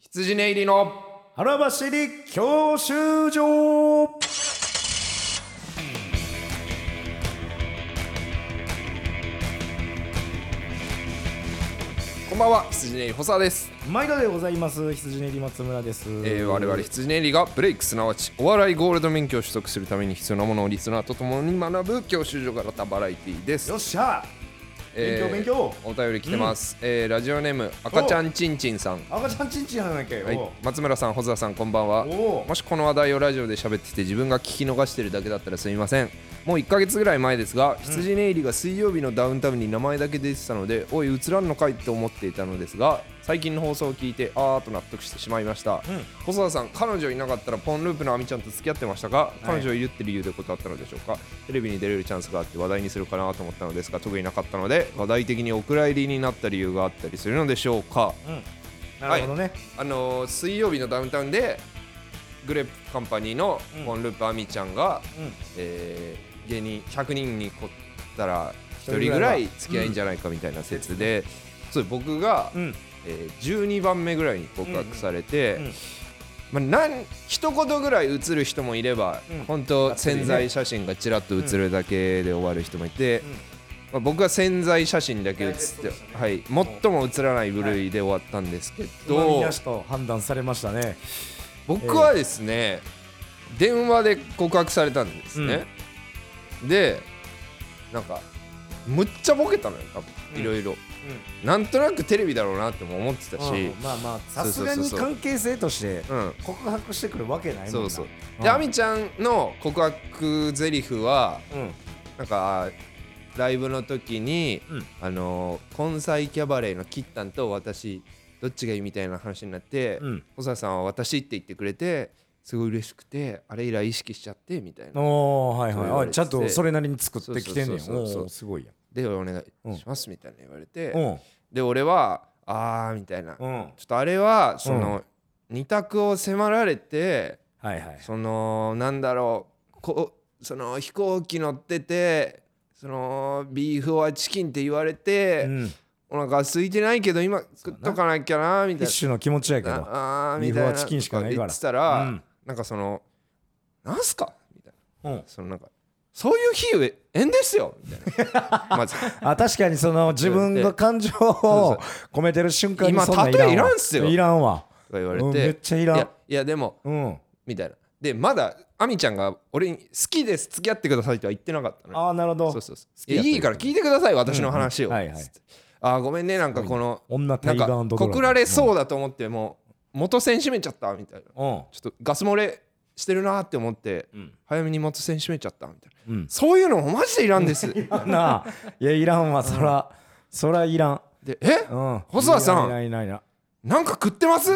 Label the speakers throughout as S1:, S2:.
S1: 羊ね入りの
S2: 腹走り教習所。
S1: こんばんは、羊ね入り細田です。
S2: 毎度でございます。羊ねり松村です。
S1: 我々羊ね入りがブレイク、すなわちお笑いゴールド免許を取得するために必要なものをリスナーとともに学ぶ教習所型バラエティです。
S2: よっしゃ、勉強
S1: お便り来てます、ラジオネーム赤ちゃんちんちんさん。
S2: 赤ちゃんちんちんなんだっけ、
S1: はい、松村さん、細田さん、こんばんは。もしこの話題をラジオで喋ってて自分が聞き逃してるだけだったらすみません。もう1ヶ月ぐらい前ですが、羊ね入りが水曜日のダウンタウンに名前だけ出てたので、おい映らんのかいって思っていたのですが、最近の放送を聞いてあーと納得してしまいました、細田さん、彼女いなかったらポンループのあみちゃんと付き合ってましたか？彼女いるって理由で断ったのでしょうか？テレビに出れるチャンスがあって話題にするかなと思ったのですが、特になかったので、話題的にお蔵入りになった理由があったりするのでしょうか？
S2: なるほどね。
S1: 水曜日のダウンタウンでグレープカンパニーのポンループあみちゃんが、芸人100人にこったら1人ぐらい付き合いんじゃないかみたいな説で、そう僕が、12番目ぐらいに告白されて、一言ぐらい映る人もいれば、本当潜在写真がちらっと映るだけで終わる人もいて、僕は潜在写真だけ写って、最も映らない部類で終わったんですけど、
S2: なしと判断されましたね。
S1: 僕はですね、電話で告白されたんですね、でなんかむっちゃボケたのよ、多分いろいろ。なんとなくテレビだろうなっても思ってたし、
S2: さすがに関係性として告白してくるわけないもんな。
S1: であみちゃんの告白ゼリフは、なんかライブの時に、根菜キャバレーのキッタンと私どっちがいいみたいな話になって、細田さんは私って言ってくれてすごい嬉しくて、あれ以来意識しちゃってみたいな。
S2: ちゃんとそれなりに作ってきてんねん。すごいやん。
S1: でお願いしますみたいな言われて、で俺はみたいな、ちょっとあれはその二択を迫られて、そのなんだろう、その飛行機乗ってて、そのビーフオアチキンって言われて、お腹空いてないけど今食っとかなきゃなみたいな、
S2: 一種の気持ちやけど、ビーフオアチキンしかないから
S1: 言ってたら、なんかそのなんすかみたいな、そのなんかそういう比喩縁ですよみたいなまず
S2: 確かにその自分の感情を込めてる瞬間にそんなんいらんわ。
S1: 今例えいらんっすよ、
S2: いらんわ
S1: とか言われて、
S2: めっちゃいらん。
S1: いやでも、みたいな。でまだあみちゃんが俺に好きです付き合ってくださいとは言ってなかったの。
S2: なるほど。
S1: いいから聞いてください私の話を。ごめんね、なんかこの
S2: 女タイガー&ドラゴン
S1: 告られそうだと思っても元栓閉めちゃったみたいな、ちょっとガス漏れしてるなって思って、早めに元栓閉めちゃったみたいな、そういうのもマジでいらんです。
S2: いらんな。いやいらんわ、そらいらん。
S1: で細田さんなんか食ってますって、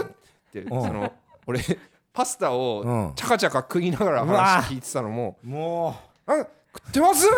S1: その俺パスタをチャカチャカ食いながら話聞いてたのも食ってます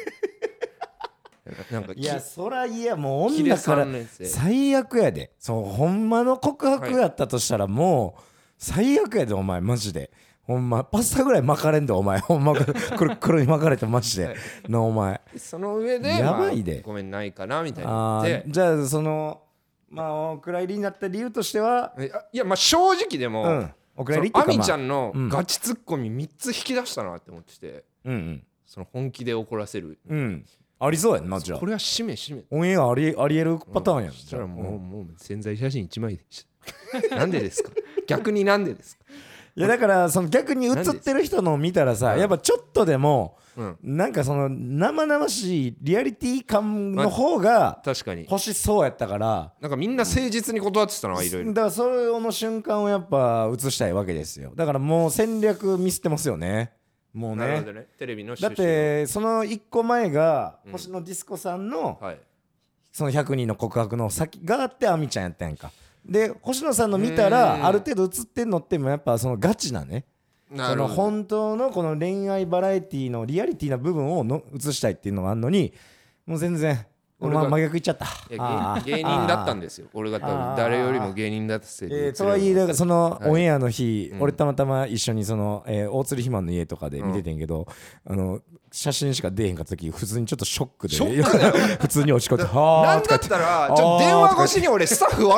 S1: なんか
S2: いやそらいや、もう女から最悪やで。そうほんまの告白やったとしたらもう最悪やで、お前マジで。ほんまパスタぐらい巻かれんでお前、ほんまくるくるに巻かれてマジでのお前。
S1: その上で
S2: やばいで、
S1: ごめんないかなみたいな言って、
S2: じゃあそのお蔵入りになった理由としては、
S1: いや正直でも、
S2: お蔵入りっていうか、
S1: あみちゃんのガチツッコミ3つ引き出したなって思ってて、その本気で怒らせる、
S2: ありそうやんな。じゃあ
S1: これは締め
S2: オンエアありえるパターンやん。
S1: そしたらもう潜在写真1枚でしたなんでですか逆になんでですか。
S2: いやだからその逆に写ってる人のを見たらさ、やっぱちょっとでもなんかその生々しいリアリティ感の方が
S1: 確かに
S2: 欲しそうやったから、
S1: なんかみんな誠実に断ってたのはいろいろ。
S2: だからそれの瞬間をやっぱ映したいわけですよ。だからもう戦略ミスってますよね、もうね。
S1: なるほどね。テレビの
S2: だってその1個前が星野ディスコさんのその100人の告白の先があってあみちゃんやったやんか。で星野さんの見たらある程度映ってんのってもやっぱそのガチなね、その本当のこの恋愛バラエティのリアリティな部分を映したいっていうのがあるのに、もう全然真逆言っちゃった。
S1: 芸人だったんですよ俺が。多分誰よりも芸人だったせいで。
S2: とはいえだからそのオンエアの日、俺たまたま一緒にその大鶴ひまんの家とかで見ててんけど、写真しか出えへんかった時普通にちょっとショックで普通に落ち込んで、
S1: なんだったら電話越しに俺スタッフ笑ってるな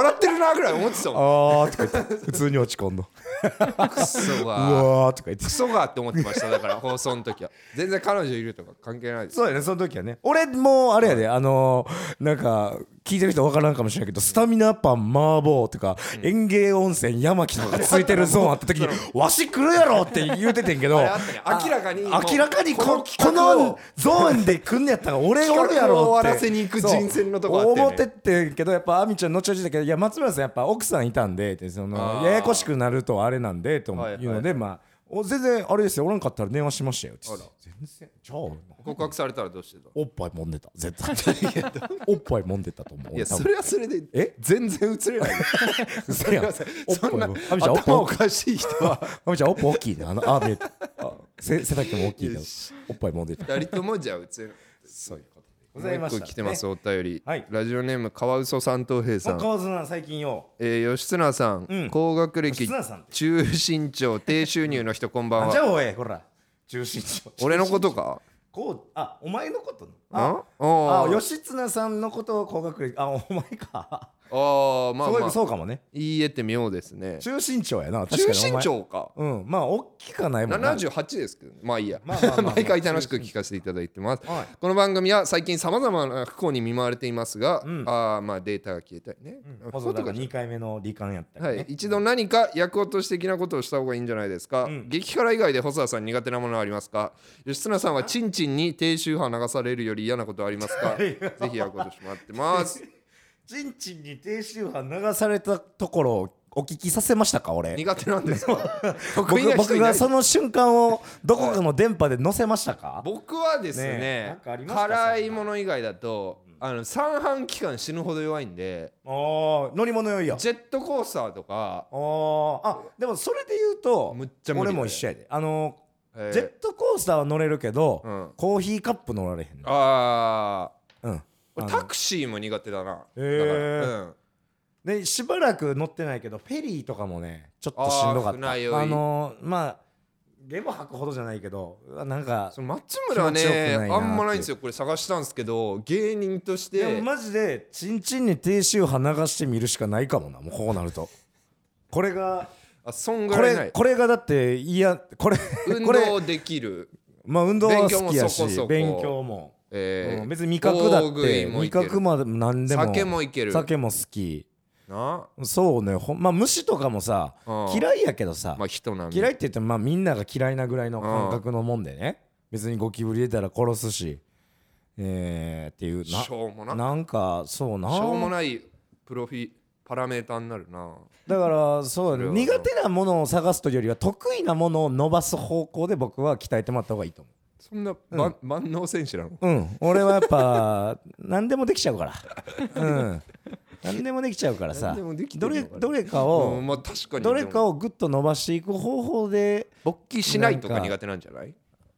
S1: なぐらい思ってたもん。
S2: あーとか言って普通に落ち込んの
S1: クソ
S2: う
S1: が
S2: わーとか言って
S1: クソがって思ってました。だから放送の時は全然彼女いるとか関係ないです。
S2: そうやね、その時はね。俺もうあれやで、なんか聞いてる人分からんかもしれないけど、スタミナパン麻婆とか、園芸温泉山木とかついてるゾーンあった時にわし来るやろって言うててんけど、
S1: あれあったね、明らかに
S2: このゾーンで来んねやったら俺おるやろって
S1: 終わらせに行く人選のとこあってね、
S2: 思ってってんけど、やっぱあみちゃん後々だけど、いや松村さんやっぱ奥さんいたんでって、ややこしくなるとあれなんでというので、まあ全然あれですよ、おらんかったら電話しましたよって。全然じゃあ
S1: 告白されたらどうしてた？
S2: おっぱい揉んでた絶対おっぱい揉んでたと思う。
S1: いやそれはそれで全然映れない。
S2: そやん。
S1: そんな頭おかしい人は
S2: あみちゃんおっぱい大きいね。見えた。背丈も大きいけどおっぱい揉んでた。
S1: 二人ともじゃあ映れない。
S2: そういうことでございました。
S1: もう一個来てますお便り、
S2: はい、
S1: ラジオネーム川嘘三等兵さん。
S2: 川嘘さん最近よ。
S1: 吉綱さん、高学歴中身長低収入の人こんばんは。
S2: じゃあおいほら中身長。
S1: 俺のことか？
S2: お前のこと義経さんのことを高学歴、お前か。まあそうかもね。
S1: 言い得て妙ですね。
S2: 中身長やな。
S1: 中身長か。
S2: まあ大きかないもんな。
S1: 78ですけど、まあいいや。毎回楽しく聞かせていただいてます。この番組は最近さまざまな不幸に見舞われていますが、まあデータが消えたりね。
S2: そうだから2回目の罹患やったりね。
S1: 一度何か役落とし的なことをした方がいいんじゃないですか。激辛以外で細田さん苦手なものはありますか？義経さんはチンチンに低周波流されるより嫌なことありますか？ぜひ役落としてもらってます。
S2: チンチンに低周波流されたところをお聞きさせましたか？俺
S1: 苦手なんですか？
S2: 僕がその瞬間をどこかの電波で載せましたか？
S1: 僕はですね、辛いもの以外だと三半規管死ぬほど弱いんで、
S2: 乗り物酔いや。
S1: ジェットコースターとか。
S2: でもそれで言うと俺も一緒やで。ジェットコースターは乗れるけど、コーヒーカップ乗られへん。
S1: タクシーも苦手だな。
S2: でしばらく乗ってないけどフェリーとかもねちょっとしんどかった。まあゲボ吐くほどじゃないけど、なんか
S1: 松村はねあんまないんですよ。これ探したんですけど、芸人として
S2: でもマジでチンチンに低周波流してみるしかないかもな。もうこうなるとこれがこれがだって
S1: 運動できる。
S2: まあ運動は好きやし勉強も別に味覚だって味覚まで何でも
S1: 酒もいける。
S2: 酒も好きな。そうね。まあ虫とかもさ嫌いやけどさ、嫌いって言ってもまあみんなが嫌いなぐらいの感覚のもんでね、別にゴキブリ出たら殺すしっていうなんかそうな、
S1: しょうもないパラメーターになるな。
S2: だからそう、苦手なものを探すというよりは得意なものを伸ばす方向で僕は鍛えてもらった方がいいと思う。
S1: そんな万能選手なの？
S2: 俺はやっぱ何でもできちゃうから何でもできちゃうからさ、どれかをグッと伸ばしていく方法で。
S1: 勃起しないとか苦手なんじゃない？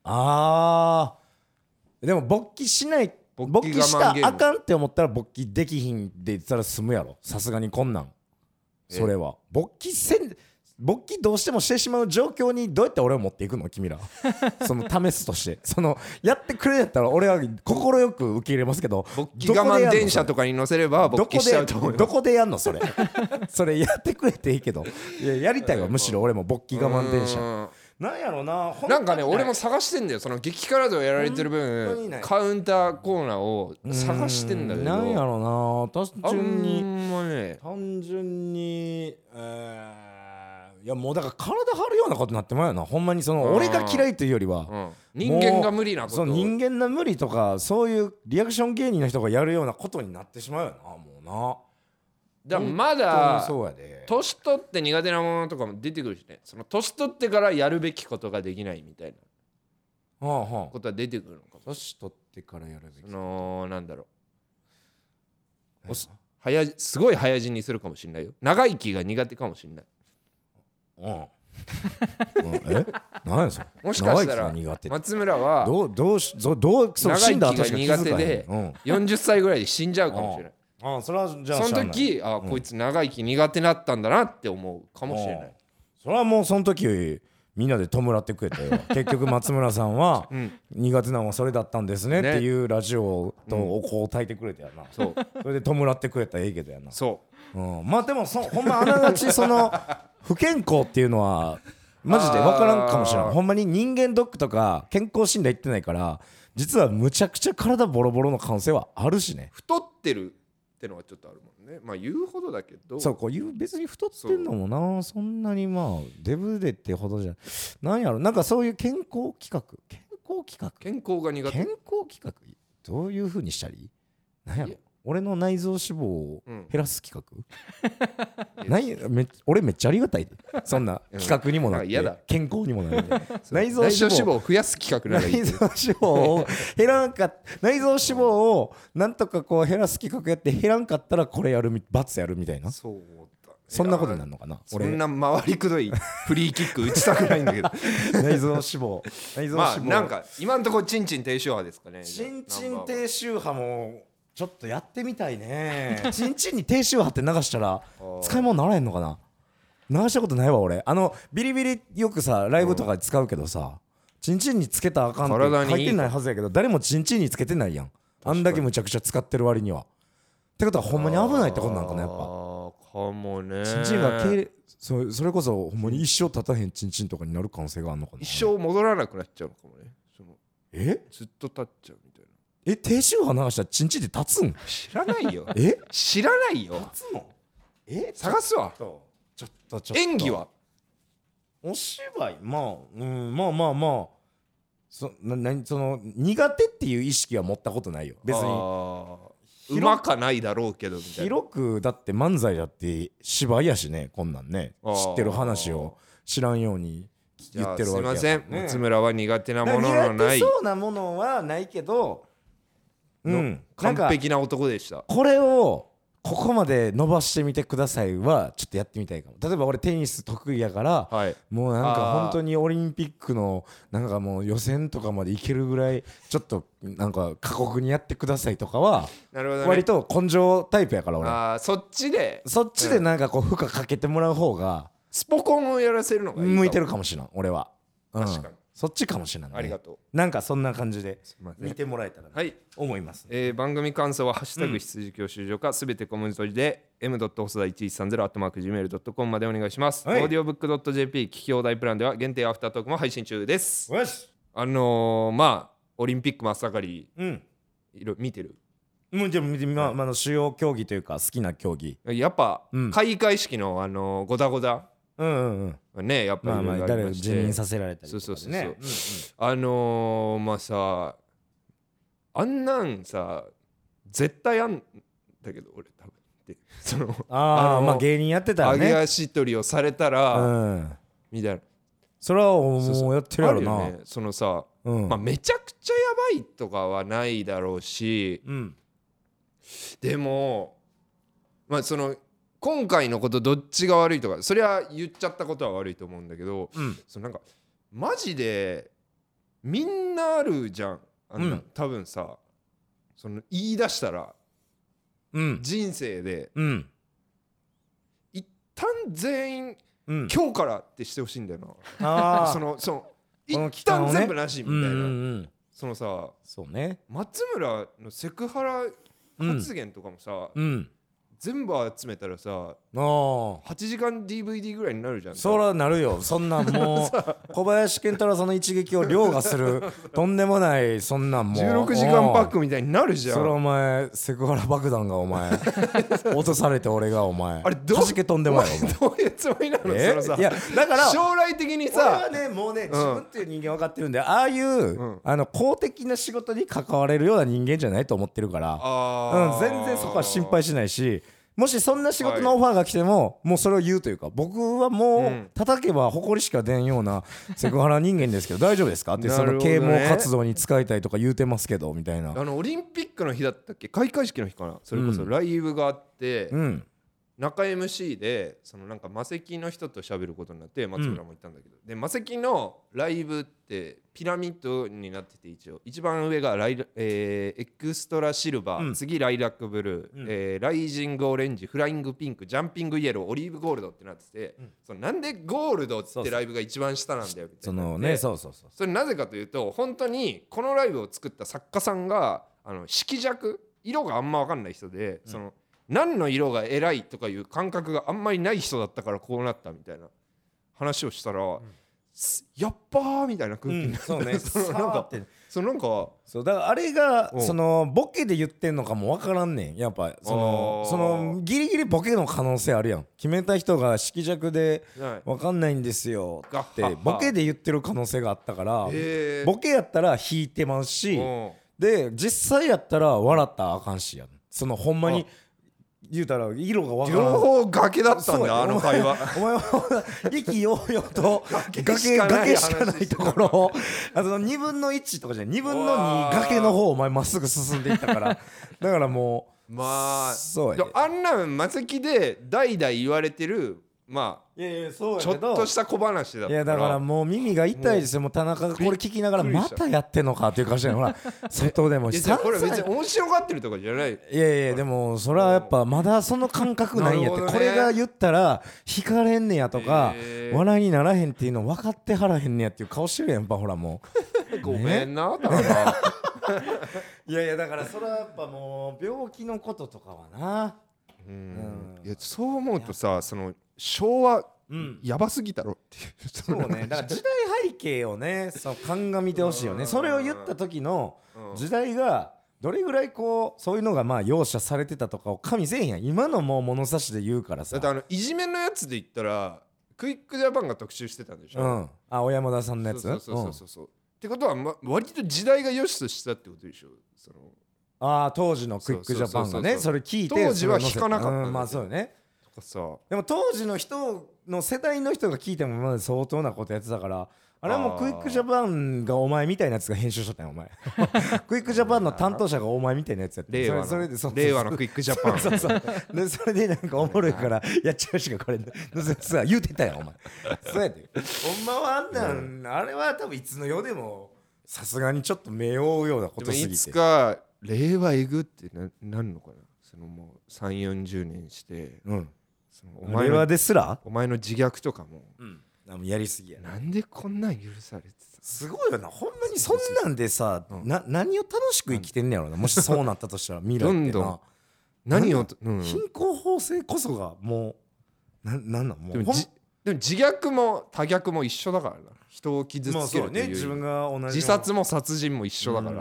S2: でも勃起しない、勃起したらあかんって思ったら勃起できひんで言ったら済むやろ。さすがにこんなんそれは勃起どうしてもしてしまう状況にどうやって俺を持っていくの君らその試すとしてやってくれるやったら俺は快く受け入れますけど、
S1: 勃起我慢電車とかに乗せれば勃起しちゃうと思うよ。
S2: どこでやんのそれそれやってくれていいけど、やりたいわ。むしろ俺も勃起我慢電車なんやろな。
S1: なんかね俺も探してんだよ。その激辛でやられてる分カウンターコーナーを探してんだけど、
S2: なんやろな。単純にいやもうだから体張るようなことになってまうよな。ほんまに俺が嫌いというよりは、
S1: 人間が無理なこと、
S2: 人間の無理とかそういうリアクション芸人の人がやるようなことになってしまうよな。もうな。
S1: だからまだ年取って苦手なものとかも出てくるしね。その年取ってからやるべきことができないみたいなことは出てくるのかも。
S2: 年取ってからやるべき
S1: なんだろう、すごい早死にするかもしれないよ。長生きが苦手かもしれない。
S2: 何やそれ。
S1: もしかしたら松村は
S2: 長
S1: 生きが苦手で40歳ぐらいで死んじゃうかもしれない。
S2: それはじゃあ
S1: その時こいつ長生き苦手だったんだなって思うかもしれない。
S2: それはもうその時みんなで弔ってくれたよ結局松村さんは苦手なのはそれだったんですねっていうラジオとお香を焚いてくれたやな、それで弔ってくれたらええけどやな。
S1: そう、
S2: まあでもほんまあながちその不健康っていうのはマジで分からんかもしれない。ほんまに人間ドックとか健康診断行ってないから実はむちゃくちゃ体ボロボロの可能性はあるしね。
S1: 太ってるってのはちょっとあるもんね。まあ言うほどだけど、
S2: そうこういう別に太ってんのもな、そんなにまあデブでってほどじゃなんやろ。なんかそういう健康企画
S1: 健康が苦手。
S2: 健康企画どういう風にしたらいい？なんやろ。俺の内臓脂肪を減らす企画、俺めっちゃありがたいでそんな企画にもなって健康にもなって内臓脂
S1: 肪を増やす企画ならいい。
S2: 内臓脂肪を減らんか内臓脂肪をなんとかこう減らす企画やって減らんかったらこれやる罰やるみたいな、そんなことになるのかな。
S1: そんな回りくどいフリーキック打ちたくないんだけど
S2: 内臓脂肪
S1: まあなんか今のところチンチン低周波ですかね。
S2: チンチン低周波もちょっとやってみたいねチンチンに低周波って流したら使い物ならへんのかな。流したことないわ俺。ビリビリよくさライブとかで使うけどさ、チンチンにつけたらあかんって書いてないはずやけど誰もチンチンにつけてないやん。あんだけむちゃくちゃ使ってる割には。ってことはほんまに危ないってことなんかな。やっぱか
S1: もね。
S2: チンチンがそれこそほんまに一生立たへんチンチンとかになる可能性があるのかな。
S1: 一生戻らなくなっちゃうのかもね。ずっと立っちゃうみたいな。
S2: 低周波流したらチンチンで立つん？
S1: 知らないよ。知らないよ。
S2: 立つの？
S1: 探すわ。
S2: ちょっと
S1: 演技は？
S2: お芝居まあその苦手っていう意識は持ったことないよ別に。
S1: うまかないだろうけどみたいな。
S2: 広くだって漫才だって芝居やしね、こんなんね知ってる話を知らんように言ってるわけやからね。
S1: すいません、松村は苦手なもののない、
S2: 苦手そうなものはないけど
S1: 完璧な男でした。
S2: これをここまで伸ばしてみてくださいはちょっとやってみたいかも。例えば俺テニス得意やから、もうなんか本当にオリンピックのなんかもう予選とかまでいけるぐらいちょっとなんか過酷にやってくださいとかは割と根性タイプやから俺。
S1: そっちで
S2: なんかこう負荷かけてもらう方が
S1: スポコンをやらせるのがいい
S2: 向いてるかもしれん俺は。
S1: 確かに
S2: そっちかもしれない、ね、
S1: ありがとう。
S2: なんかそんな感じで見てもらえたらと思います、
S1: 番組感想はハッシュタグ羊教習所かすべて小文字閉じで m.細田1130@gmail.com までお願いします。audiobook.jp 聞き放題プランでは限定アフタートークも配信中です。まあオリンピック真っ盛り、いろ見てる？
S2: もうでも主要競技というか好きな競技
S1: やっぱ、開会式のゴダゴダね、やっぱり
S2: 誰を辞任させられたりとかね。
S1: まあさあんなんさ絶対あんだけど俺多分
S2: まあ芸人やってたらね
S1: 上げ足取りをされたら、みたいな。
S2: それはもうやってるやろな。
S1: そのさ、まあめちゃくちゃやばいとかはないだろうし、でもまあその今回のことどっちが悪いとかそりゃ言っちゃったことは悪いと思うんだけど、そのなんかマジでみんなあるじゃん多分さ、その言い出したら、人生で、一旦全員、今日からってしてほしいんだよな。その一旦全部なしみたいな。そのさ、松村のセクハラ発言とかもさ、全部集めたらさ8時間 DVD ぐらいになるじゃん。
S2: そらなるよ。そんなんもう小林健太郎さんの一撃を凌駕するとんでもないそんなんもう
S1: 16時間パックみたいになるじゃん。
S2: それお前セクハラ爆弾がお前落とされて俺がお前
S1: あれ
S2: 弾け飛んでもや
S1: どういうつもりなの？そのさ、
S2: いやだから
S1: 将来的にさ
S2: 俺はねもうね自分っていう人間分かってるんで、ああいう公的な仕事に関われるような人間じゃないと思ってるから、全然そこは心配しないし、もしそんな仕事のオファーが来ても、もうそれを言うというか、僕はもう叩けば誇りしか出んようなセクハラ人間ですけど大丈夫ですかって、その啓蒙活動に使いたいとか言うてますけどみたいな。
S1: オリンピックの日だったっけ、開会式の日かな、それこそライブがあって、 中 MC でそのなんか魔石の人と喋ることになって松村も言ったんだけど、で魔石のライブってピラミッドになってて、一番上がエクストラシルバー、次ライラックブルー、ライジングオレンジ、フライングピンク、ジャンピングイエロー、オリーブゴールドってなってて、そのなんでゴールドってライブが一番下なんだよみたいな。それなぜかというと、本当にこのライブを作った作家さんが色弱、色があんま分かんない人で、その何の色が偉いとかいう感覚があんまりない人だったからこうなったみたいな話をしたら、やっばーみたいな空気になって、
S2: そうね
S1: なんか
S2: そうだからあれがそのボケで言ってんのかも分からんねん。やっぱそのギリギリボケの可能性あるやん。決めた人が色弱で分かんないんですよってボケで言ってる可能性があったから、ボケやったら引いてますし、で実際やったら笑ったらあかんしやん。そのほんまに言うたら色が分からん、
S1: 両方崖だったんだよあの会話。
S2: お前は意気揚々と崖しかないところを2分の1とかじゃない2分の2崖の方をお前まっすぐ進んでいったからだからもう
S1: まあ
S2: そうや
S1: あんな魔石で代々言われてるまあ
S2: そう
S1: ちょっとした小話だったから。
S2: いやだからもう耳が痛いですよ。もう田中がこれ聞きながらまたやってんのかっていう感じで、ほら外でも
S1: これ別に面白がってるとかじゃない。
S2: いやでもそれはやっぱまだその感覚ないんやって、これが言ったら引かれんねやとか笑いにならへんっていうの分かってはらへんねやっていう顔してるやん。やっぱほらも
S1: うごめんなだから
S2: いやだからそれはやっぱもう病気のこととかはな、
S1: いやそう思うとさ、その昭和やばすぎたろっていう。
S2: そうね、だから時代背景をね鑑みてほしいよね。それを言った時の時代がどれぐらいこうそういうのがまあ容赦されてたとかを加味せんやん。今のもう物差しで言うからさ。
S1: だっていじめのやつで言ったらクイックジャパンが特集してたんでしょ。
S2: 小山田さんのやつ。
S1: そうってことは、割と時代が良しとしたってことでしょ。
S2: 当時のクイックジャパンがねそれ聞いて
S1: 当時は引かなかった。
S2: まあそうよね。
S1: さ
S2: でも当時の人の世代の人が聞いても今まで相当なことやってたから、あれはもうクイックジャパンがお前みたいなやつが編集しとったんやお前クイックジャパンの担当者がお前みたいなやつやって
S1: 令和のクイックジャパン
S2: でそれでなんかおもろいからやっちゃうしかこれさ言うてたやんお前そうやでほんまはあんなん、あれは多分いつの世でもさすがにちょっと目を追うようなことすぎて、
S1: いつか令和えぐってなんのかな。そのもう3、40年して
S2: 令和ですら
S1: お前の自虐とかも、
S2: やりすぎや
S1: なんでこんなん許されてた。
S2: すごいよなほんまに。そんなんでさ何を楽しく生きてんねやろな、もしそうなったとしたら未来ってなどんどん
S1: 何を
S2: 貧困法制こそがもうなんもう
S1: でも自虐も多虐も一緒だからな。人を傷つけるという、
S2: 自分が同じ
S1: 自殺も殺人も一緒だから、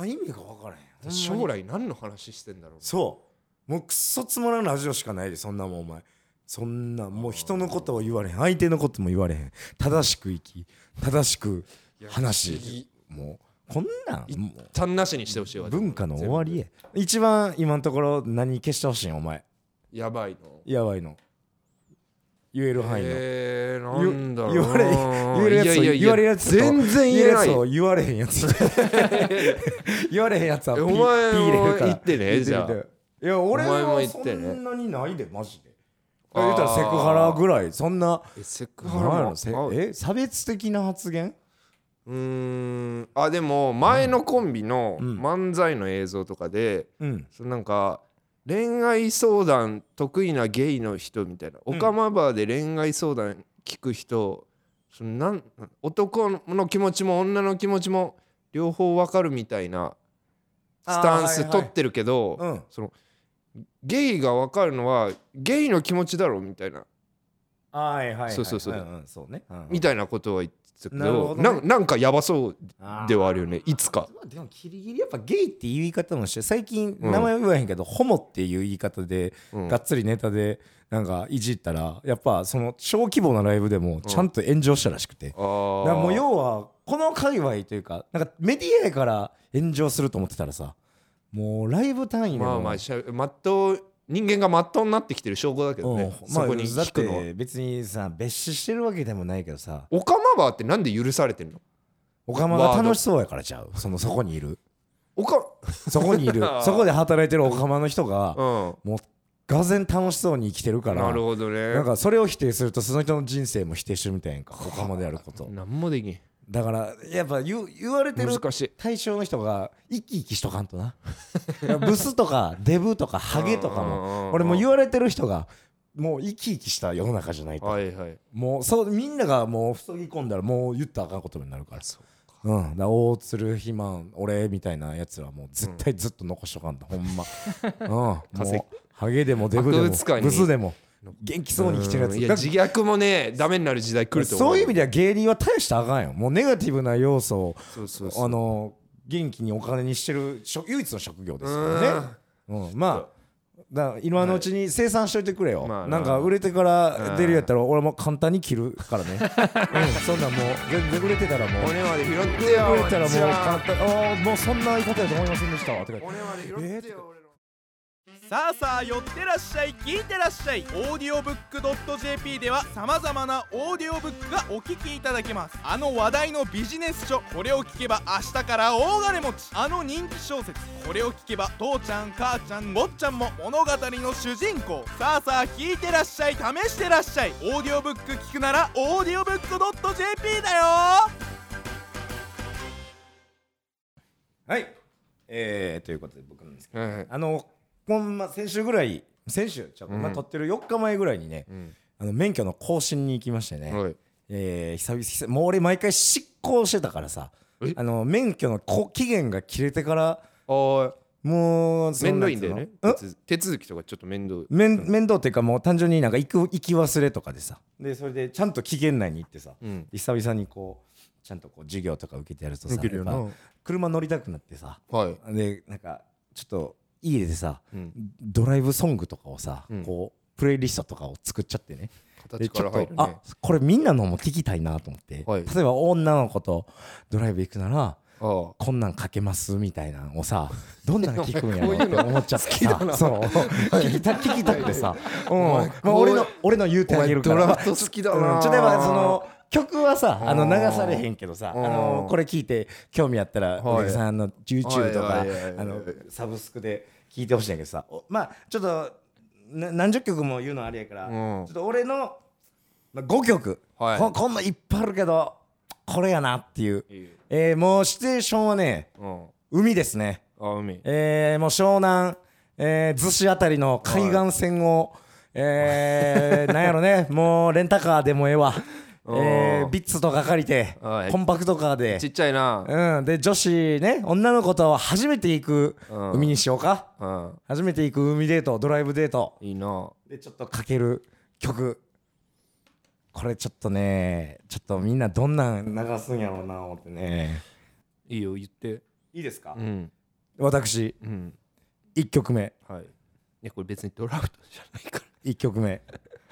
S2: 意味が分からへん。
S1: 将来何の話してんだろう。
S2: そうもうクソつまらんラジオしかないでそんなもんお前。そんなもう人のことを言われへん、相手のことも言われへん、正しく生き正しく話、もうこんなん
S1: 一旦なしにしてほしいわ。
S2: 文化の終わりへ。一番今のところ何消してほしいんお前。
S1: やばいの言
S2: える範囲の、
S1: なんだろう
S2: 言われるやつと言われるやつと
S1: 全然言えない。
S2: 言われへんやつ言われへんやつはピー
S1: お前も言ってね。じゃあ
S2: いや俺はそんなにないでマジで。言ったらセクハラぐらい。そんな
S1: セクハラも
S2: 差別的な発言。
S1: でも前のコンビの漫才の映像とかで、なんか恋愛相談得意なゲイの人みたいな、オカマバーで恋愛相談聞く人、男の気持ちも女の気持ちも両方分かるみたいなスタンス取ってるけど、ゲイが分かるのはゲイの気持ちだろみたいな、
S2: そうね、
S1: みたいなことは言ってたけど、なんかやばそうではあるよね。いつか
S2: でもギリギリやっぱゲイっていう言い方もして最近名前は言わへんけど、ホモっていう言い方でがっつりネタでなんかいじったらやっぱその小規模なライブでもちゃんと炎上したらしくて、だからもう要はこの界隈というかなんかメディアやから炎上すると思ってたらさ、もうライブ単位でも
S1: 人間がまっとうになってきてる証拠だけどね、そこに聞くのは。
S2: だって別にさ別視してるわけでもないけどさ、
S1: オカマバーってなんで許されてんの。
S2: オカマが楽しそうやからちゃう。そこにいる
S1: そこにいる
S2: そこで働いてるオカマの人が、もうがぜ楽しそうに生きてるから。
S1: なるほどね。
S2: なんかそれを否定するとその人の人生も否定してるみたいやんか、他までやること。
S1: 何もできん。
S2: だからやっぱ言われてる
S1: 難しい
S2: 対象の人が生き生きしとかんとな。ブスとかデブとかハゲとかも俺も言われてる人がもう生き生きした世の中じゃないと、
S1: はいはい、
S2: もうそうみんながもう塞ぎ込んだらもう言ったらあかんことになるから。だから大鶴肥満俺みたいなやつはもう絶対ずっと残しとかんと、ほんま。もうハゲでもデブでもブスでも元気そうに生きてるやつ。
S1: いや自虐もねダメになる時代来ると思う。
S2: そういう意味では芸人は大したあかんよ。もうネガティブな要素を元気にお金にしてる唯一の職業ですからね。まあだから今のうちに生産しといてくれよ、なんか売れてから出るやったら俺も簡単に切るからね。そんなんもう全然売れてたらもう
S1: 骨まで拾ってよ。
S2: 売れたらもう簡単、もうそんな言い方だと思いませんでしたわ。
S1: 骨まで拾ってよ俺の。
S3: さあさあ寄ってらっしゃい、聞いてらっしゃい。オーディオブックドット JP ではさまざまなオーディオブックがお聞きいただけます。あの話題のビジネス書、これを聞けば明日から大金持ち。あの人気小説、これを聞けば父ちゃん母ちゃん坊ちゃんも物語の主人公。さあさあ聞いてらっしゃい、試してらっしゃい。オーディオブック聞くならオーディオブックドット JP だよ。
S2: はい、ということで僕なんですけど、先週ぐらい撮ってる4日前ぐらいにね、免許の更新に行きましてね、久々もう俺毎回失効してたからさ、免許の期限が切れてからもう
S1: 面倒いんだよね。手続きとかちょっと面倒
S2: っていうか、もう単純になんか行き忘れとかでさ、でそれでちゃんと期限内に行ってさ、久々にこうちゃんとこう授業とか受けてやるとさ、やっぱ車乗りたくなってさ、でなんかちょっと家でさ、ドライブソングとかをさ、こうプレイリストとかを作っちゃってね、
S1: 形から入るね。
S2: これみんなのも聞きたいなと思って、例えば女の子とドライブ行くならこんなんかけますみたいなのをさ、どんなの聞くんやろって思っちゃってさ、そう聞きたくてさ、俺の言うてあげるから。
S1: ドラフト好きだな。
S2: ちょっとその曲はさ流されへんけどさ、これ聞いて興味あったらおじさんの YouTube とかサブスクで聞いてほしいんやけどさ、まあちょっと何十曲も言うのあれやから、ちょっと俺の5曲こんないっぱいあるけどこれやなっていう、もうシチュエーションはね海ですね。もう湘南逗子あたりの海岸線をなんやろね、もうレンタカーでもええわ、ビッツとか借りてコンパクトカーで
S1: ちっちゃいな、
S2: で女子ね、女の子と初めて行く海にしようか、初めて行く海デート、ドライブデート
S1: いいな。で
S2: ちょっとかける曲、これちょっとね、ちょっとみんなどんなん流すんやろうな思ってね。
S1: いいよ言って。
S2: いいですか。私1曲目、
S1: いやこれ別にドラフトじゃないから
S2: 1曲目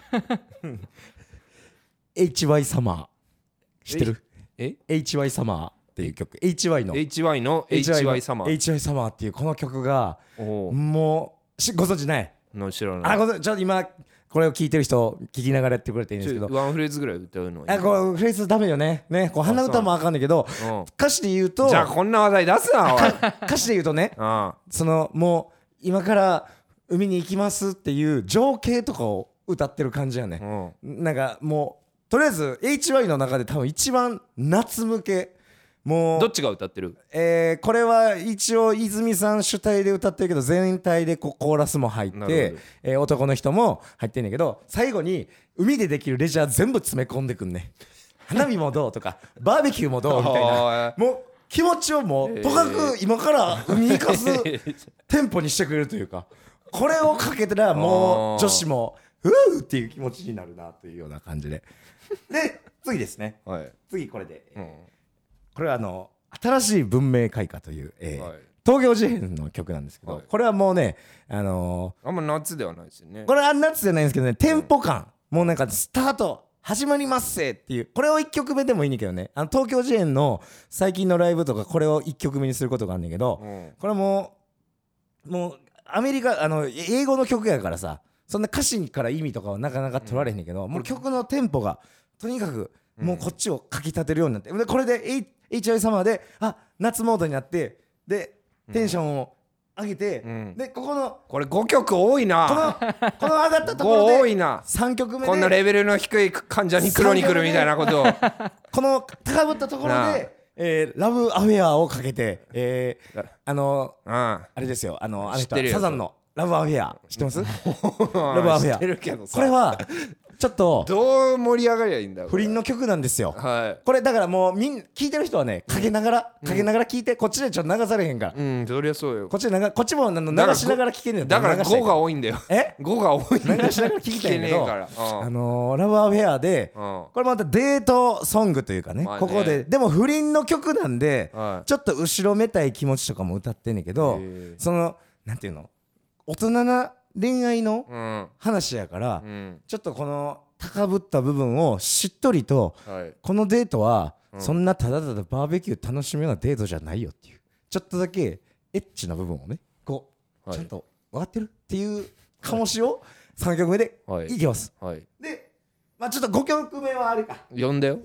S2: HY サマー知ってる？HY サマーっていう曲、HY の
S1: HY サマー
S2: HY サマーっていうこの曲がもうご存知ない？
S1: 知らない。
S2: ちょっと今これを聞いてる人聞きながらやってくれていいんですけど、
S1: ワンフレーズぐらい歌うの。
S2: これフレーズダメよね。こう鼻歌もあかんねんけど、歌詞で言うと、
S1: じゃあこんな話題出すな。
S2: 歌詞で言うとね、そのもう今から海に行きますっていう情景とかを歌ってる感じやね。なんかもうとりあえず HY の中で多分一番夏向け。もう
S1: どっちが歌ってる？
S2: これは一応泉さん主体で歌ってるけど、全体でコーラスも入って、男の人も入ってんねんけど、最後に海でできるレジャー全部詰め込んでくんね。花火もどうとかバーベキューもどうみたいなもう気持ちをもうとかく今から海行かすテンポにしてくれるというか、これをかけたらもう女子もうーっていう気持ちになるなというような感じで。で次ですね、次これで、これは新しい文明開化という、東京事変の曲なんですけど、これはもうねあん
S1: ま夏ではないですよね。
S2: これは夏じゃないんですけどね、テンポ感、もうなんかスタート始まりますせっていう、これを1曲目でもいいんだけどね、東京事変の最近のライブとかこれを1曲目にすることがあるんだけど、これもうアメリカ英語の曲やからさ、そんな歌詞から意味とかはなかなか取られへんねんけど、もう曲のテンポがとにかくもうこっちをかき立てるようになって、でこれでHY サマーで夏モードになって、でテンションを上げて、でここの
S1: これ5曲多いな。
S2: この上がったところ
S1: 5
S2: で
S1: 多いな。
S2: 3曲目で
S1: こんなレベルの低い関ジャニクロニクルみたいなことを
S2: この高ぶったところでラブアフェアをかけてあれですよ、あの人サザンのラブアフェア知ってます？ラブアフェア。
S1: 知ってるけどさ、
S2: これはちょっと
S1: どう盛り上がりゃいいんだよ。
S2: 不倫の曲なんですよ。
S1: はい。
S2: これだからもう聞いてる人はね、かけながら聞いて、こっちでちょっと流されへんから。
S1: そりゃそうよ。
S2: こっちも流しながら聞けねえ。
S1: だから5が多いんだよ。5が多いんだよ。
S2: 流しながら聞きたいけど、
S1: ラ
S2: ブアフェアでこれまたデートソングというかね、ここででも不倫の曲なんでちょっと後ろめたい気持ちとかも歌ってんねんけど、そのなんていうの、大人な恋愛の話やから、ちょっとこの高ぶった部分をしっとりと、このデートはそんなただただバーベキュー楽しむようなデートじゃないよっていう、ちょっとだけエッチな部分をね、こうちゃんと分かってるっていう醸しを3曲目でいきます。でまあちょっと5曲目はあれか、
S1: 4だよ。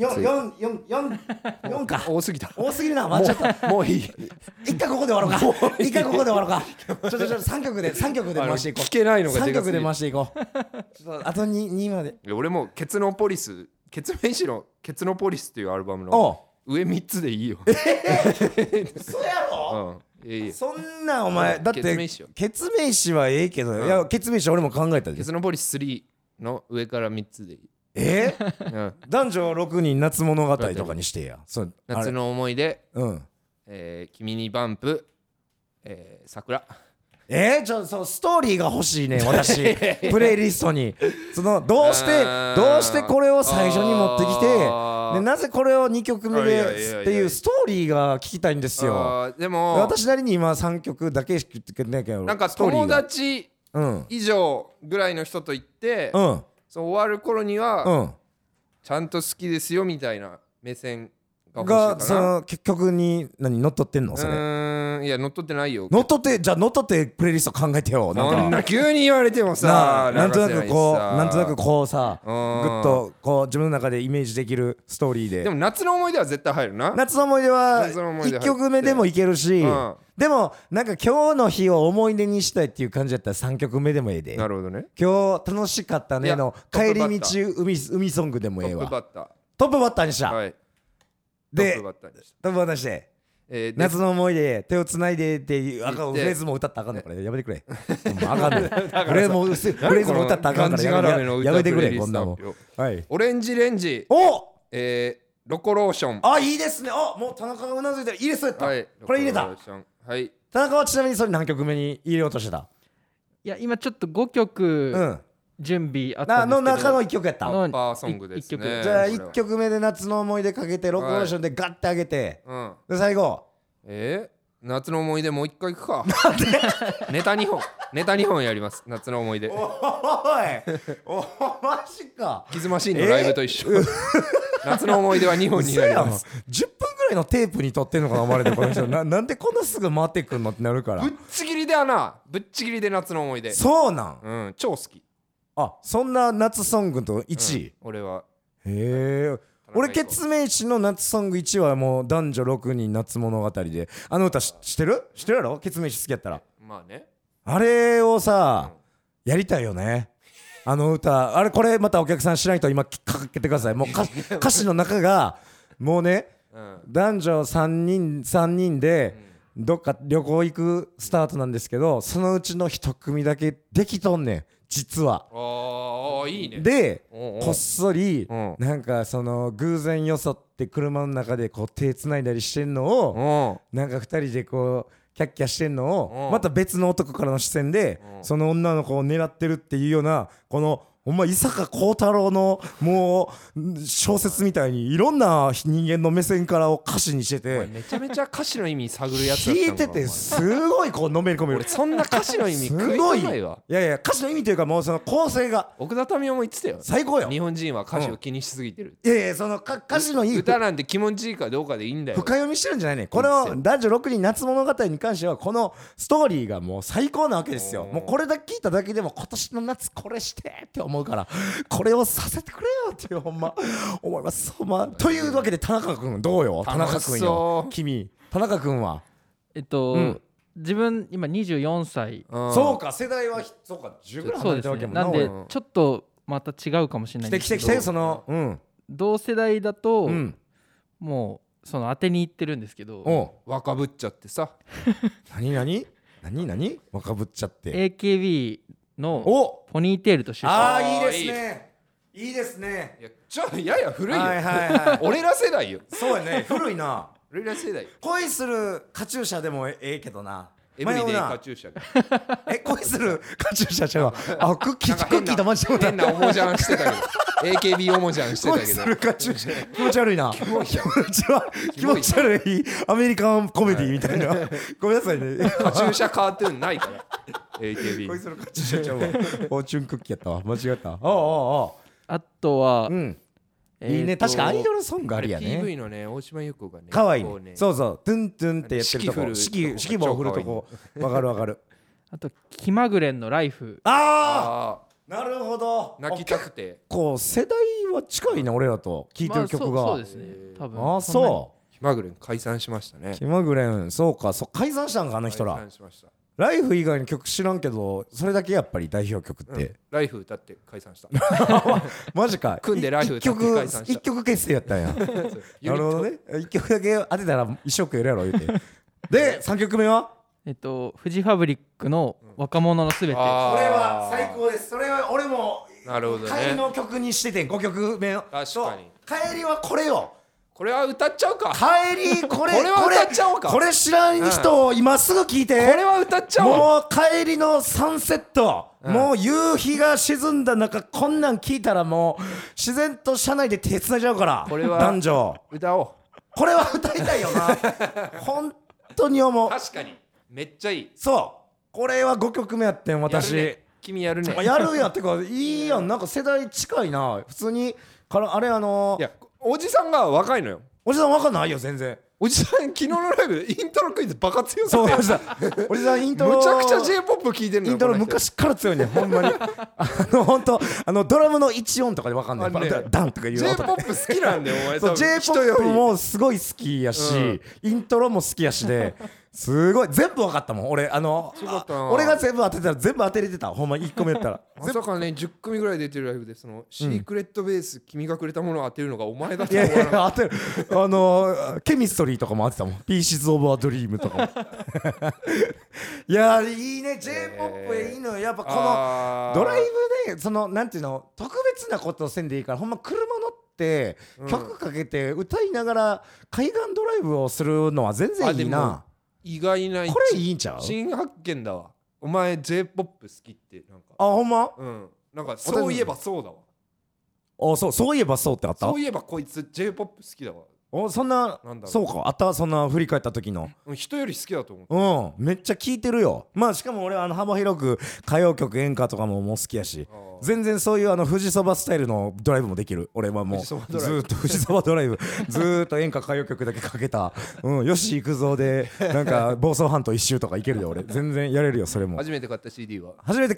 S2: 4か。
S1: 多すぎた。
S2: 多すぎるな。まあちょっと
S1: もういい。
S2: 一回ここで終わろうか。一回ここで終わろうか。ちょっと3曲で回していこう。
S1: 聞けないのが
S2: 3曲で回していこう。ちょっとあと2まで。
S1: 俺もケツノポリス、ケツメイシのケツノポリスっていうアルバムの上3つでいいよ。
S2: そうやろ。そんなお前だってケツメイシはええけど、いやケツメイシ俺も考えたで。
S1: ケツノポリス3の上から3つでいい。
S2: 男女6人夏物語とかにしてや。
S1: 夏の思い出、君にバンプ、桜。
S2: そうストーリーが欲しいね私プレイリストに。どうしてこれを最初に持ってきて、でなぜこれを2曲目でっていうストーリーが聞きたいんですよ。
S1: でも
S2: 私なりに今3曲だけしか言ってないけど、
S1: なんか友達以上ぐらいの人と言って、そう終わる頃には、ちゃんと好きですよみたいな目線が欲しいかな。
S2: その結局に乗っ取ってんのそれ？
S1: いや乗っ取ってないよ。
S2: 乗っ取ってプレイリスト考えてよ。
S1: なんか急に言われてもさ、
S2: なんとなくこうさ、ぐっとこう自分の中でイメージできるストーリーで。
S1: でも夏の思い出は絶対入るな。
S2: 夏の思い出は1曲目でもいけるし、でもなんか今日の日を思い出にしたいっていう感じだったら3曲目でもええで。
S1: なるほどね。
S2: 今日楽しかったねの帰り道海ソングでもええわ。トップバッターにした。でトップバッターにして、夏の思い出手をつないでっていうフレーズも歌ったらあかんのこれやめてくれ。あかんね。フレーズも歌ったらあかんからやめてくれこんなもん。
S1: オレンジレンジ、ロコローション。
S2: あ、いいですね。もう田中がうなずいてる。入れそうやった。これ入れた。田中はちなみにそれ何曲目に入れようとしてた？
S4: いや今ちょっと5曲準備あったんですけど、
S2: の中の1曲やった。
S1: パーソングですね。
S2: じゃあ1曲目で夏の思い出かけてロコローションでガッて上げて、で最後
S1: 夏の思い出もう一回いくか。ネタ2本やります。夏の思い出。
S2: おいマジか。
S1: キズマシーンのライブと一緒。夏の思い出は2本になります。
S2: 10分ぐらいのテープに撮ってんのかな思われてこの人なんでこんなすぐ回ってくんのってなるから。
S1: ぶっちぎりで夏の思い出。
S2: そうなん。
S1: 超好き。
S2: そんな夏ソングと1位。
S1: 俺は。
S2: 俺ケツメイシの夏ソング1位はもう男女6人夏物語で、あの歌知ってるやろ？ケツメイシ好きやったら。
S1: まあね。
S2: あれをさ、やりたいよね。あの歌、これまたお客さん知らない人今かけてください。もう歌詞の中がもうね、男女3人でどっか旅行行くスタートなんですけど、そのうちの1組だけできとんねん実は。
S1: いいね。
S2: でこっそりなんかその偶然よそって車の中でこう手つないだりしてんのをなんか2人でこうキャッキャしてんのをまた別の男からの視線でその女の子を狙ってるっていうような、このほんま伊坂幸太郎のもう小説みたいにいろんな人間の目線からを歌詞にしてて、
S1: めちゃめちゃ歌詞の意味探るやつだったの。
S2: 聞いててすごいこうのめり込める。
S1: 俺そんな歌詞の意味食い込まないわ。
S2: いや歌詞の意味というかもうその構成が
S1: 奥田民生も言ってたよ。
S2: 最高よ。
S1: 日本人は歌詞を気にしすぎてる。
S2: いやその歌詞の意味、
S1: 歌なんて気持ちいいかどうかでいいんだよ。
S2: 深読みしてるんじゃないね。この男女6人夏物語に関してはこのストーリーがもう最高なわけですよ。もうこれだけ聞いただけでも今年の夏これしてって思うから、これをさせてくれよっていうほんま思います。というわけで田中君どうよ。田中君よ。君田中君は
S4: 自分今24歳。
S2: そうか世代はそうか10ぐらい離れたわけもんな。
S4: なんでちょっとまた違うかもしれないんですけど。
S2: 来てその
S4: 同世代だともうその当てにいってるんですけど。
S1: 若ぶっちゃってさ。
S2: 何若ぶっちゃって。
S4: AKB のポニーテールと出身。
S2: いいですね。いいですね。
S1: やや古いよ。俺ら世代よ。
S2: そうやね。古いな。
S1: 俺ら世代。
S2: 恋するカチューシャでもええけどな。
S1: エブリデイカチューシャ
S2: が恋するカチューシャちゃうわ。クッキーと間違えた。
S1: 変なおもじゃんしてたけどAKB おもじゃんしてたけど
S2: 恋するカチューシャ気持ち悪いな。
S1: 気持
S2: ち悪いアメリカンコメディみたいな。ごめんなさいね。
S1: カチューシャカートゥーンないから AKB
S2: 恋するカチューシャちゃうわ。フォーチュンクッキーやったわ。間違えた。
S4: あとは、
S2: いいね。確かアイドルソングありやね。
S1: PV のね大島優子がね
S2: かわいいね。そうトゥントゥンってやってるとこ、指揮棒振るとこ。わかる。
S4: あと気まぐれんのライフ。
S2: なるほど。
S1: 泣きたくて
S2: こう世代は近いな俺らと聴いてる曲が。
S4: そうですね多分。
S2: そう
S1: 気まぐれん解散しましたね。
S2: 気まぐれんそうか解散したんかあの人ら。
S1: 解散しました。
S2: ライフ以外の曲知らんけどそれだけやっぱり代表曲って、
S1: ライフ歌って解散した
S2: マジか。
S1: 組んでライフ歌って解散した。
S2: 一曲結成やったんやなるほどね。一曲だけ当てたら一生食えるやろ言うてで3曲目は
S4: フジファブリックの若者のすべて。これ
S2: は最高です。それは俺も
S1: なるほどね
S2: 帰りの曲にしててん5曲目。
S1: 確かに
S2: 帰りはこれよ。
S1: これは歌っちゃうか。
S2: 帰りこれ
S1: は歌っちゃおうか。
S2: これ知らん人今すぐ聞いて。
S1: これは歌っちゃおう。
S2: もう帰りのサンセット、もう夕日が沈んだ中こんなん聞いたらもう自然と車内で手つないじゃうから。これは男女
S1: 歌おう。
S2: これは歌いたいよな本当に思う。
S1: 確かにめっちゃいい。
S2: そうこれは5曲目やってん私。
S1: 君やるね。
S2: やるやんってかいいやん。なんか世代近いな普通にあれ
S1: いやおじさんが若いのよ。
S2: おじさん若ないよ全然。
S1: おじさん昨日のライブでイントロクイズバカ強
S2: そう
S1: くて
S2: おじさんイントロ
S1: むちゃくちゃ J-POP 聞いてるのよ。
S2: イントロ昔から強いねほんまにほんとドラムの1音とかで分かんない、ダンとかいう音
S1: J-POP 好きなんだよお前。
S2: そう J-POP もすごい好きやし、イントロも好きやしですごい全部分かったもん俺。俺が全部当てたら全部当てれてたほんま1個目やったら
S1: まさかね10組ぐらい出てるライブでそのシークレットベース、君がくれたものを当てるのがお前だと思わなかった。
S2: いや当てるケミストリーとかも当てたもん。ピーシズ・オブ・ア・ドリームとかもいやいいね J-POP いいのよ。やっぱこのドライブでそのなんていうの特別なことをせんでいいからほんま車乗って曲かけて歌いながら海岸ドライブをするのは全然いいな。
S1: 意外な
S2: これいいんちゃう。
S1: 新発見だわ。お前 J-POP 好きってなんか
S2: ほんま
S1: なんかそういえばそうだわ。
S2: そういえばそうってあった。
S1: そういえばこいつ J-POP 好きだわ。
S2: そんなそうかあったそんな振り返った時の
S1: 人より好きだと思
S2: う。めっちゃ聴いてるよ。まあしかも俺は幅広く歌謡曲演歌とかも好きやし全然そういう富士そばスタイルのドライブもできる。俺はもうずーっと富士そばドライブずーっと演歌歌謡曲だけかけた吉幾三でなんか房総半島一周とかいけるよ俺。全然やれるよそれも。
S1: 初めて買った CD は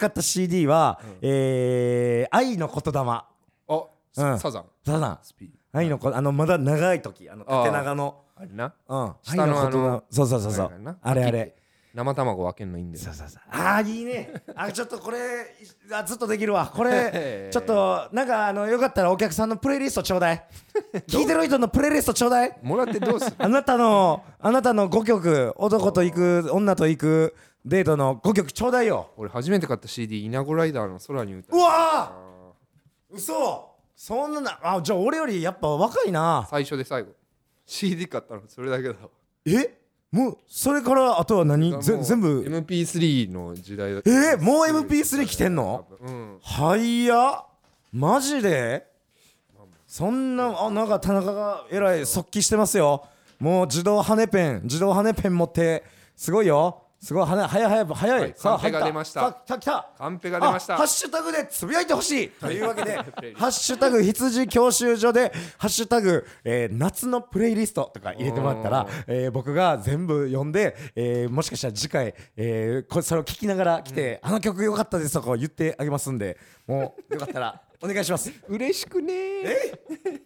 S2: 愛の言霊。
S1: サザン
S2: 愛のまだ長い時縦長の
S1: あれな
S2: 下のそうあれ
S1: 生卵分けんのいいんだよ。
S2: いいねちょっとこれずっとできるわこれちょっとなんかよかったらお客さんのプレイリストちょうだい聞いてる人のプレイリストちょうだい
S1: もらってどうする
S2: あなたの5曲男と行く女と行くデートの5曲ちょうだいよ。
S1: 俺初めて買った CD イナゴライダーの空に歌
S2: うわ嘘そんなじゃあ俺よりやっぱ若いな。
S1: 最初で最後 CD 買ったのそれだけだわ。
S2: もうそれからあとは何全部
S1: MP3 の時代だ。
S2: もう MP3 来てんの。はいやマジでそんななんか田中がえらい速記してますよ。もう自動羽根ペン持ってすごいよ。すごい早い。
S1: カンペが出ました。
S2: 来た
S1: カンペが出ました。
S2: ハッシュタグでつぶやいてほしいというわけでハッシュタグ羊教習所でハッシュタグ夏のプレイリストとか入れてもらったら僕が全部読んでもしかしたら次回それを聞きながら来てあの曲良かったですとか言ってあげますんでもうよかったらお願いします。
S1: 嬉しくね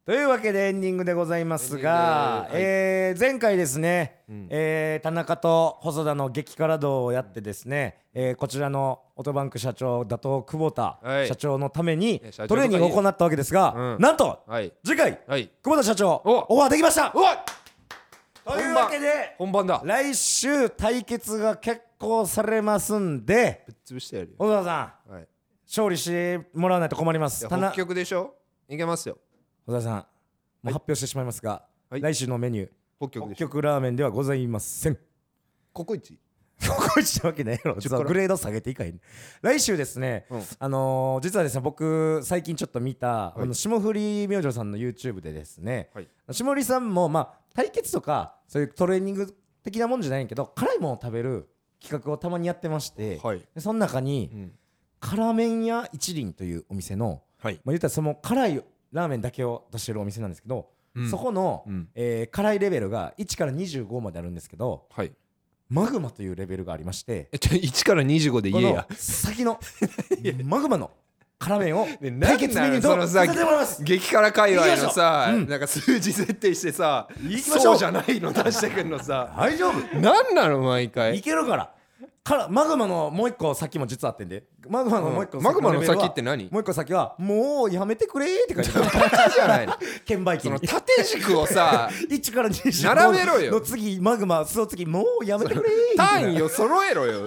S2: というわけでエンディングでございますが、前回ですね、田中と細田の激辛道をやってですね、こちらのオトバンク社長打倒久保田社長のためにトレーニングを行ったわけですが、なんと次回久保田社長オファーできました。というわけで
S1: 本番だ。
S2: 来週対決が決行されますんで、
S1: ぶっ潰してやるよ。
S2: 細田さん、勝利してもらわないと困ります。
S1: 北極でしょ。いけますよ。
S2: 細田さん、もう発表してしまいますが、来週のメニュー北極ラーメンではございません。
S1: ココイチ
S2: ってわけないやろ。グレード下げていかへん。来週ですね、実はですね、僕最近ちょっと見た霜降り明星さんの YouTube でですね、霜降りさんも対決とかそういうトレーニング的なもんじゃないけど、辛いものを食べる企画をたまにやってまして、でその中に辛麺屋一輪というお店の、言ったらその辛いラーメンだけを出してるお店なんですけど、そこの辛いレベルが1から25まであるんですけど、マグマというレベルがありまして、
S1: 1から25で言えや。
S2: 先のマグマの辛麺を対決メニューとさせてもらいます。
S1: 激辛界隈のさ、なんか数字設定してさ、そうじゃないの出してくんのさ、
S2: 大丈夫？
S1: なんなの毎回。
S2: いけるから。マグマのもう一個先も実はあってんで、マグマのもう一個先
S1: マグマの先って何？
S2: もう一個先はもうやめてくれーって書いてある。
S1: バカじゃないの。
S2: 券売機に
S1: 縦軸をさ
S2: 1から25
S1: 並べろよ。
S2: の次マグマ、その次もうやめてくれー。
S1: 単位を揃えろよ。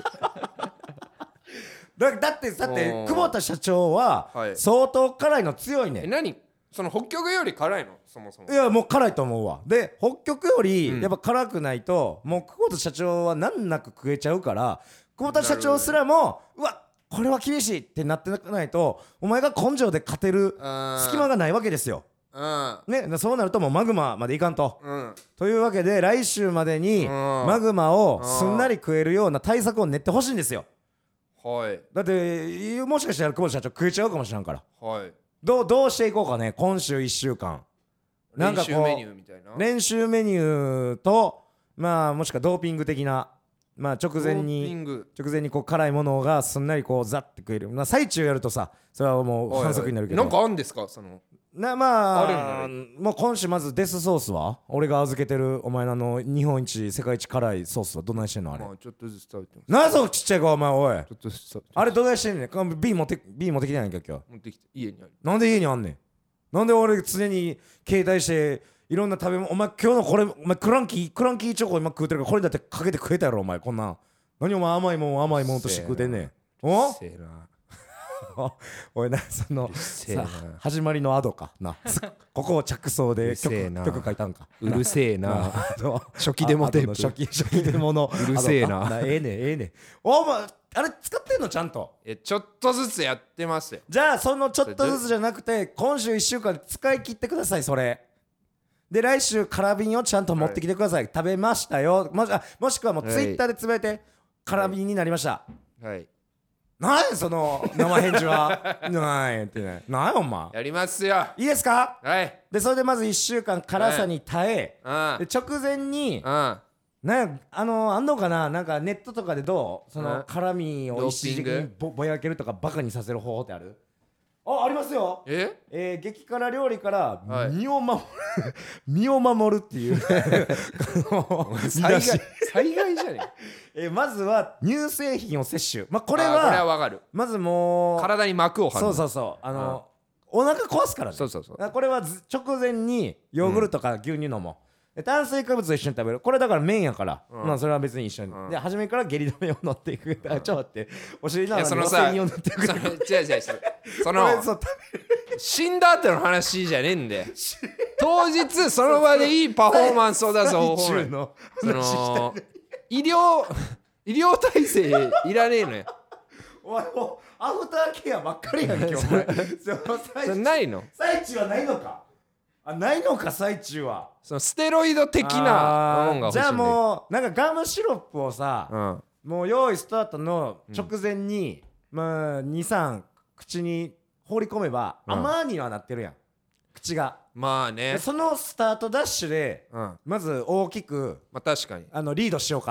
S2: だって久保田社長は相当辛いの強いね。
S1: 何その北極より辛いのそもそも。
S2: いやもう辛いと思うわ。で北極よりやっぱ辛くないと、もう久保田社長は難なく食えちゃうから、久保田社長すらもうわこれは厳しいってなってないと、お前が根性で勝てる隙間がないわけですよ。ね、そうなるともうマグマまでいかんと、というわけで来週までにマグマをすんなり食えるような対策を練ってほしいんですよ。
S1: だ
S2: ってもしかしたら久保田社長食えちゃうかもしれんから、どうしていこうかね。今週1週間なんかこう練習メニューみたいな練習メニューと、もしくはドーピング的な、直前にこう辛いものがすんなりこうザッて食える、最中やるとさそれはもう反則になるけど、
S1: なんかあるんですかその
S2: もう今週まずデスソースは俺が預けてるお前の日本一世界一辛いソースはどないしてんのあれ。
S1: ちょっとずつ食べてます。
S2: なぜちっちゃい子お前おい。
S1: ちょっとずつ食べてます。
S2: あれどないしてんねん。瓶持ってきてないんか今日。
S1: 持ってきて家にある。
S2: なんで家にあんねん。なんで俺常に携帯していろんな食べ物、お前今日のこれお前クランキーチョコ今食うてるからこれだってかけて食えたやろお前。こんなん何お前甘いもんとして食うてんねん。おせえなおいな、その始まりのアドかなここを着想で曲書いたんか。
S1: うるせえな初期デモテープ
S2: 初期デモの
S1: うるせえな。
S2: ええねお前あれ使ってんのちゃんと。
S1: ちょっとずつやってますよ。
S2: じゃあそのちょっとずつじゃなくて今週1週間使い切ってください。それで来週辛瓶をちゃんと持ってきてください。食べましたよ、もしくはもうツイッターでつぶやいて辛瓶になりました。なんやその生返事は。なんやってね。なんやお前。
S1: やりますよ。
S2: いいですか。でそれでまず1週間辛さに耐え、で直前にあんのかな、なんかネットとかでどうその辛みを一時的にぼやけるとかバカにさせる方法ってある？ありますよ。激辛料理から身を守るっていう
S1: 災害じゃね
S2: え。まずは乳製品を摂取。これは
S1: わかる。
S2: まずもう
S1: 体に膜を張る。
S2: そうお腹壊すからね。これは直前にヨーグルトか牛乳飲もう。炭水化物を一緒に食べる。これだから麺やから、それは別に一緒に、で初めから下痢止めを乗っていく。ちょっと待って、お尻の中に寄せにを塗っていく。
S1: 違うその死んだ後の話じゃねえんで当日その場でいいパフォーマンスを出す方法。その医療体制いらねえのよ。
S2: お前もうアフターケアばっかりやねん今日。
S1: それないの？
S2: 最中はないのか。ないのか最中は。
S1: そのステロイド的なもんが欲しいんで。
S2: じゃあもうなんかガムシロップをさ、もう用意スタートの直前に、2,3口に放り込めば甘にはなってるやん口が。そのスタートダッシュで、まず大きく
S1: 確かに
S2: リードしようか。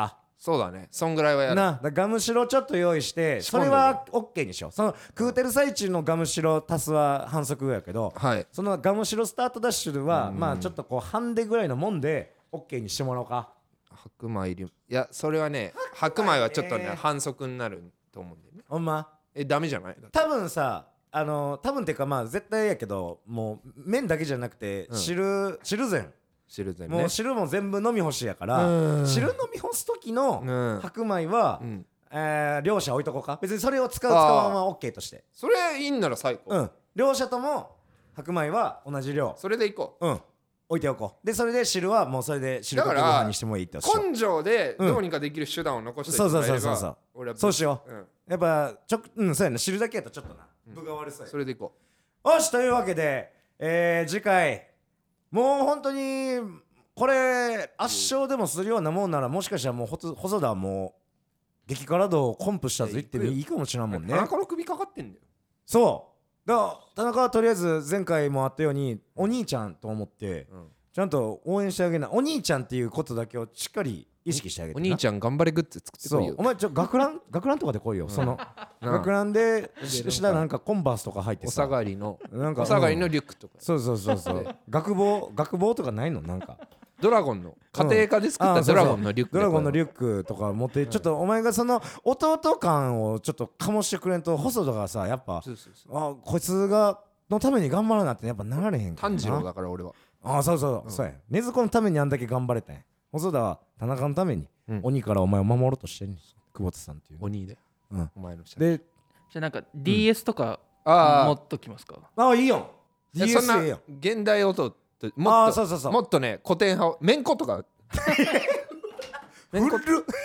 S1: そうだね、そんぐらいはやる
S2: な。ガムシロちょっと用意して、それは OK にしよう。その食うてる最中のガムシロ足すは反則やけど、
S1: はい、
S2: そのガムシロスタートダッシュはまあちょっとこうハンデぐらいのもんで OK にしてもらおうか。
S1: 白米いやそれはね、白米はちょっとね反則になると思うんだよね。
S2: ほんま
S1: ダメじゃない？
S2: 多分さ、多分っていうかまあ絶対やけど、もう麺だけじゃなくて汁膳、もう汁も全部飲み干しやから、汁飲み干す時の白米は、両者置いとこうか。別にそれを使うまま OK として、
S1: それいいんなら最高。
S2: 両者とも白米は同じ量、
S1: それでいこう。
S2: 置いておこう。でそれで汁はもうそれで汁かけご飯にしてもいいって
S1: 根性でどうにかできる手段を残しておいてもらえれば、
S2: そうしよう。やっぱそうやな、汁だけやとちょっとな分が悪そうや。
S1: それでいこ
S2: う。よし、というわけで次回もう本当にこれ圧勝でもするようなもんなら、もしかしたらもう細田はもう激辛度をコンプしたず言ってもいいかもしれんもんね。
S1: 田中の首かかってんだよ。
S2: そうだから田中はとりあえず前回もあったようにお兄ちゃんと思ってちゃんと応援してあげな。お兄ちゃんっていうことだけをしっかり意識してあげてな。
S1: お兄ちゃん頑張れグッズ作ってこいよ。
S2: お前学ランとかで来いよ。その学ランで下なんかコンバースとか入ってさ、
S1: お下がりのリュックとか。
S2: そう学帽とかないの？なんか
S1: ドラゴンの家庭科で作ったドラゴンのリュック、
S2: ドラゴンのリュックとか持って、ちょっとお前がその弟感をちょっと醸してくれんと、細田がさやっぱこいつがのために頑張らなってやっぱなられへんからな。
S1: 炭治郎だから俺は。
S2: そうや。禰豆子のためにあんだけ頑張れたんや。細田は田中のために鬼からお前を守ろうとしてんねん、久保田さんっていう
S1: 鬼で。お前の
S4: でじゃあなんか DS とか持っときますか？
S2: いいよ。 DS
S1: そんな現代音もっとね古典派、めんことか
S2: めんこ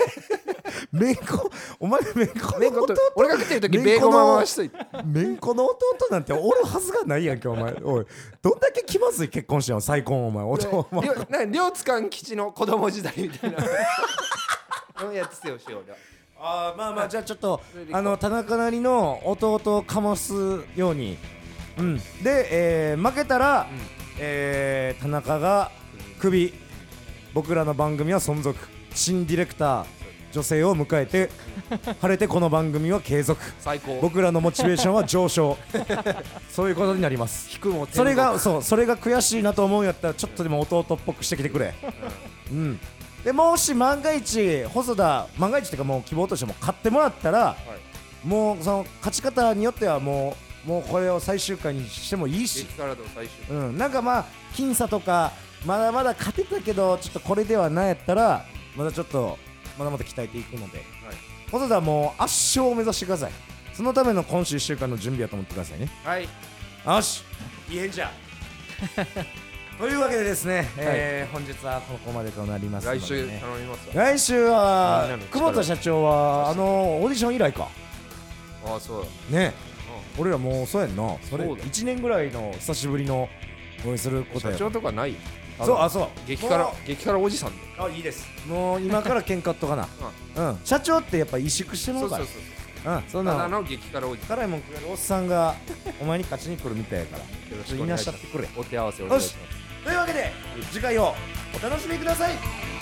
S2: お前めんこ
S1: と俺が食ってる時ベーコン回しといて。
S2: めんこの弟なんておるはずがないやんけお前。おいどんだけ気まずい結婚してんの再婚お前。
S1: 両津勘吉の子供時代みたいなのやつよしよう。
S2: まあじゃあちょっと田中なりの弟をかますように、で、負けたら、田中がクビ、僕らの番組は存続、新ディレクター女性を迎えて晴れてこの番組は継続、
S1: 最高。
S2: 僕らのモチベーションは上昇そういうことになります。それが悔しいなと思うんやったらちょっとでも弟っぽくしてきてくれ。でもし万が一細田万が一っていうかもう希望としても勝ってもらったら、もうその勝ち方によってはもうこれを最終回にしてもいいし、なんかまあ僅差とかまだまだ勝てたけどちょっとこれではないやったらまだちょっとまだまだ鍛えていくので、細田はもう圧勝を目指してください。そのための今週1週間の準備だと思ってくださいね。よし、いい返事やというわけでですね、本日はここまでとなりますので、
S1: 来週頼みますわ。
S2: 来週は久保田社長はオーディション以来か。
S1: そう
S2: だね。俺らもうそうやんな。それ1年ぐらいの久しぶりのお会いすることや。
S1: 社長とかない？
S2: そう
S1: 激辛おじさんで。
S2: いいです。もう今から喧嘩っとかな。社長ってやっぱ萎縮してもらうから。そんな
S1: の激辛おじさん、
S2: 辛いもん食えるおっさんがお前に勝ちに来るみたいやから、よろしくお願いしちゃってくれ。
S1: お手合わせお願いします。
S2: というわけで次回をお楽しみください。